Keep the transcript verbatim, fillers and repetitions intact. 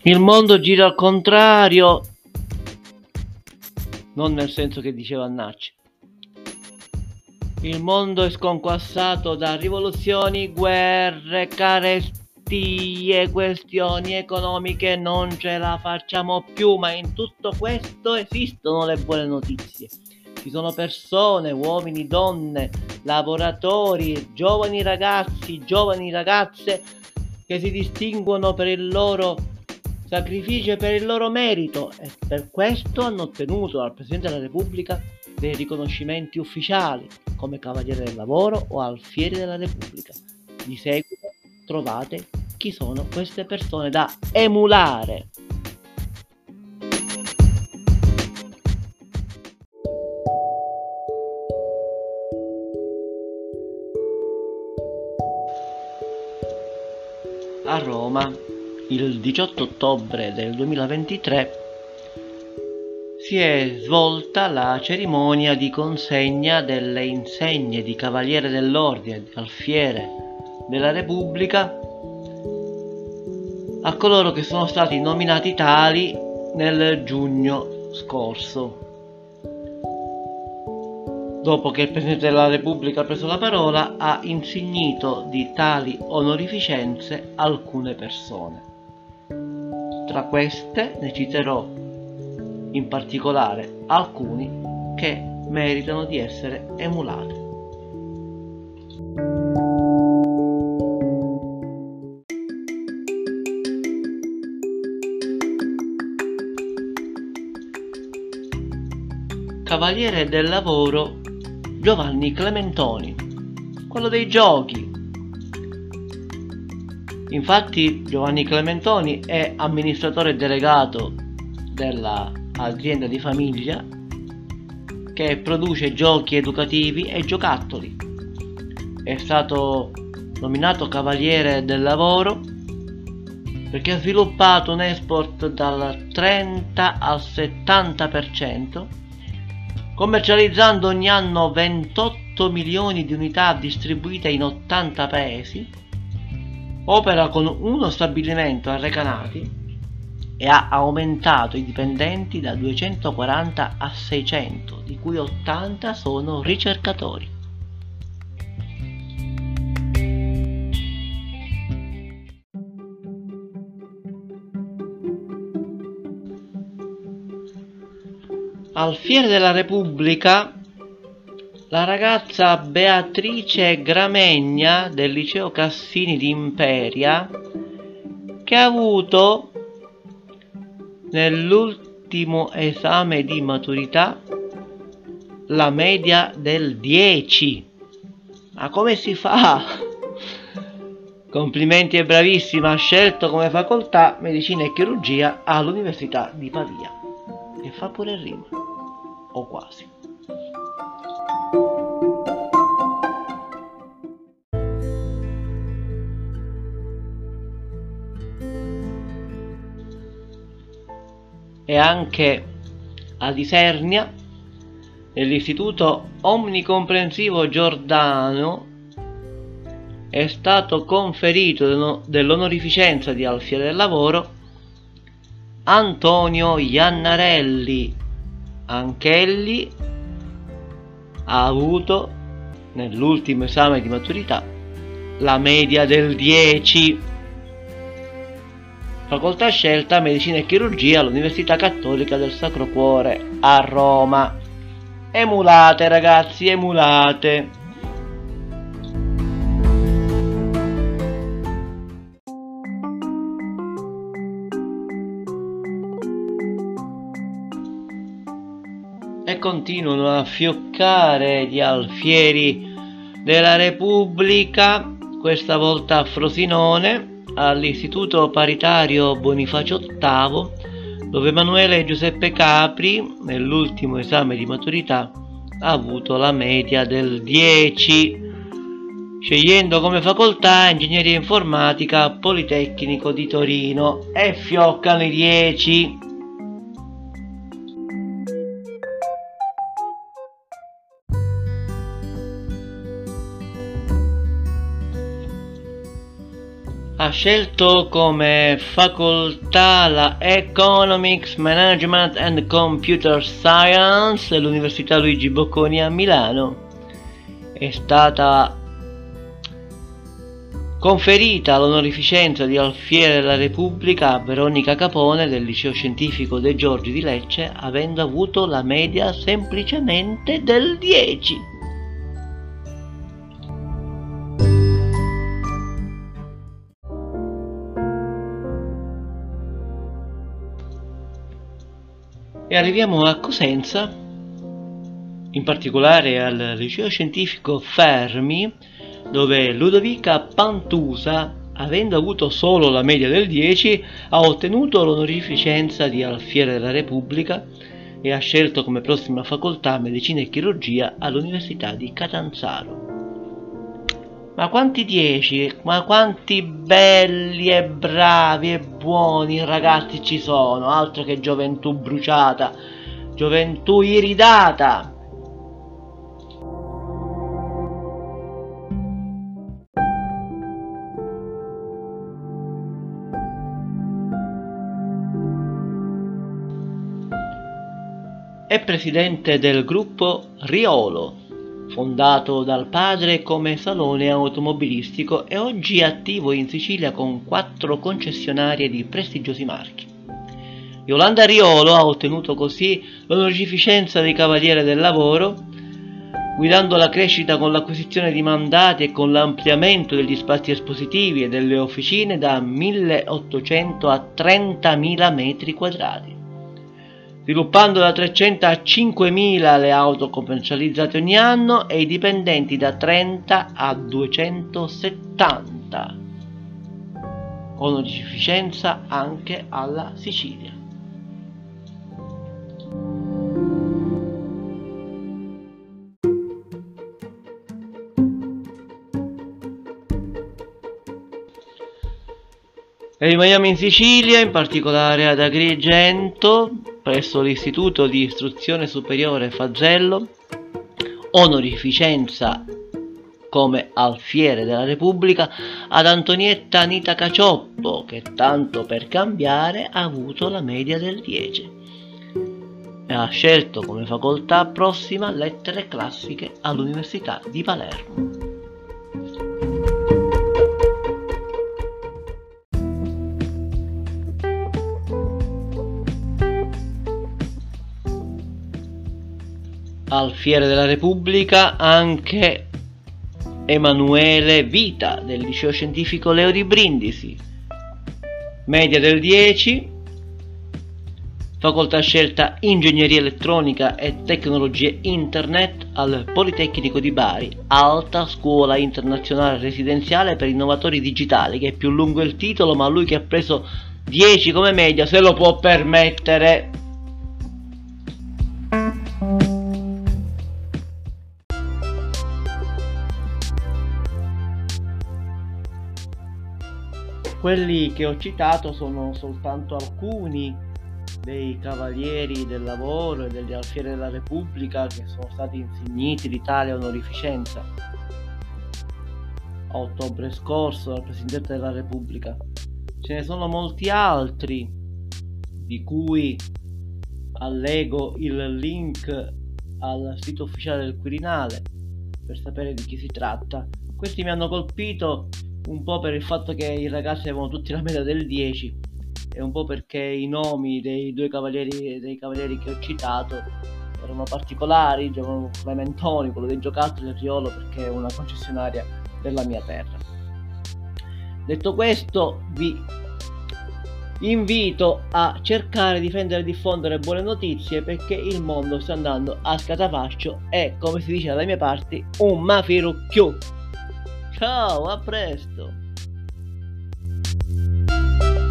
Il mondo gira al contrario, non nel senso che diceva Annacci. Il mondo è sconquassato da rivoluzioni, guerre, carestie, questioni economiche, non ce la facciamo più, ma in tutto questo esistono le buone notizie. Ci sono persone, uomini, donne, lavoratori, giovani ragazzi, giovani ragazze che si distinguono per il loro sacrificio e per il loro merito, e per questo hanno ottenuto dal Presidente della Repubblica dei riconoscimenti ufficiali come Cavaliere del Lavoro o Alfieri della Repubblica. Di seguito trovate chi sono queste persone da emulare. A Roma, il diciotto ottobre del duemilaventitré, si è svolta la cerimonia di consegna delle insegne di Cavaliere dell'Ordine, di Alfiere della Repubblica a coloro che sono stati nominati tali nel giugno scorso. Dopo che il Presidente della Repubblica ha preso la parola, ha insignito di tali onorificenze alcune persone. Tra queste ne citerò in particolare alcuni che meritano di essere emulati. Cavaliere del Lavoro Giovanni Clementoni, quello dei giochi. Infatti Giovanni Clementoni è amministratore delegato della azienda di famiglia che produce giochi educativi e giocattoli. È stato nominato Cavaliere del Lavoro perché ha sviluppato un export dal trenta al settanta per cento, commercializzando ogni anno ventotto milioni di unità distribuite in ottanta paesi. Opera con uno stabilimento a Recanati e ha aumentato i dipendenti da duecentoquaranta a seicento, di cui ottanta sono ricercatori. Alfiere della Repubblica la ragazza Beatrice Gramegna del liceo Cassini di Imperia, che ha avuto nell'ultimo esame di maturità la media del dieci. Ma come si fa? Complimenti e bravissima, ha scelto come facoltà medicina e chirurgia all'Università di Pavia, che fa pure rima, o quasi. E anche ad Isernia, nell'istituto omnicomprensivo Giordano, è stato conferito dell'onorificenza di Alfiere del Lavoro Antonio Iannarelli. Anch'egli ha avuto nell'ultimo esame di maturità la media del dieci. Facoltà scelta medicina e chirurgia all'Università Cattolica del Sacro Cuore a Roma. Emulate ragazzi, emulate. E continuano a fioccare gli alfieri della Repubblica, questa volta a Frosinone, all'Istituto Paritario Bonifacio ottavo, dove Emanuele Giuseppe Capri, nell'ultimo esame di maturità, ha avuto la media del dieci, scegliendo come facoltà ingegneria informatica Politecnico di Torino. E fioccano i dieci. Ha scelto come facoltà la Economics, Management and Computer Science all'Università Luigi Bocconi a Milano. È stata conferita l'onorificenza di Alfiere della Repubblica a Veronica Capone del Liceo Scientifico De Giorgi di Lecce, avendo avuto la media semplicemente del dieci. E arriviamo a Cosenza, in particolare al Liceo Scientifico Fermi, dove Ludovica Pantusa, avendo avuto solo la media del dieci, ha ottenuto l'onorificenza di Alfiere della Repubblica e ha scelto come prossima facoltà Medicina e Chirurgia all'Università di Catanzaro. Ma quanti dieci, ma quanti belli e bravi e buoni ragazzi ci sono, altro che gioventù bruciata, gioventù iridata. È presidente del gruppo Riolo, fondato dal padre come salone automobilistico e oggi attivo in Sicilia con quattro concessionarie di prestigiosi marchi. Yolanda Riolo ha ottenuto così l'onorificenza di Cavaliere del Lavoro, guidando la crescita con l'acquisizione di mandati e con l'ampliamento degli spazi espositivi e delle officine da milleottocento a trentamila metri quadrati, sviluppando da trecento a cinquemila le auto commercializzate ogni anno e i dipendenti da trenta a duecentosettanta. Onorificenza anche alla Sicilia. E rimaniamo in Sicilia, in particolare ad Agrigento, presso l'Istituto di Istruzione Superiore Fazello, onorificenza come Alfiere della Repubblica ad Antonietta Anita Cacioppo, che tanto per cambiare ha avuto la media del dieci e ha scelto come facoltà prossima Lettere Classiche all'Università di Palermo. Alfiere della Repubblica anche Emanuele Vita del Liceo Scientifico Leo di Brindisi, media del dieci, facoltà scelta Ingegneria Elettronica e Tecnologie Internet al Politecnico di Bari, Alta Scuola Internazionale Residenziale per Innovatori Digitali, che è più lungo il titolo, ma lui che ha preso dieci come media se lo può permettere. Quelli che ho citato sono soltanto alcuni dei Cavalieri del Lavoro e degli Alfieri della Repubblica che sono stati insigniti di tale onorificenza a ottobre scorso dal Presidente della Repubblica. Ce ne sono molti altri, di cui allego il link al sito ufficiale del Quirinale per sapere di chi si tratta. Questi mi hanno colpito un po' per il fatto che i ragazzi avevano tutti la media del dieci e un po' perché i nomi dei due cavalieri dei cavalieri che ho citato erano particolari. Giovanni Clementoni, quello dei giocattoli, e Riolo perché è una concessionaria della mia terra. Detto questo, vi invito a cercare, difendere e diffondere buone notizie, perché il mondo sta andando a scatafascio e, come si dice dalle mie parti, un mafirucchiù. Ciao, a presto!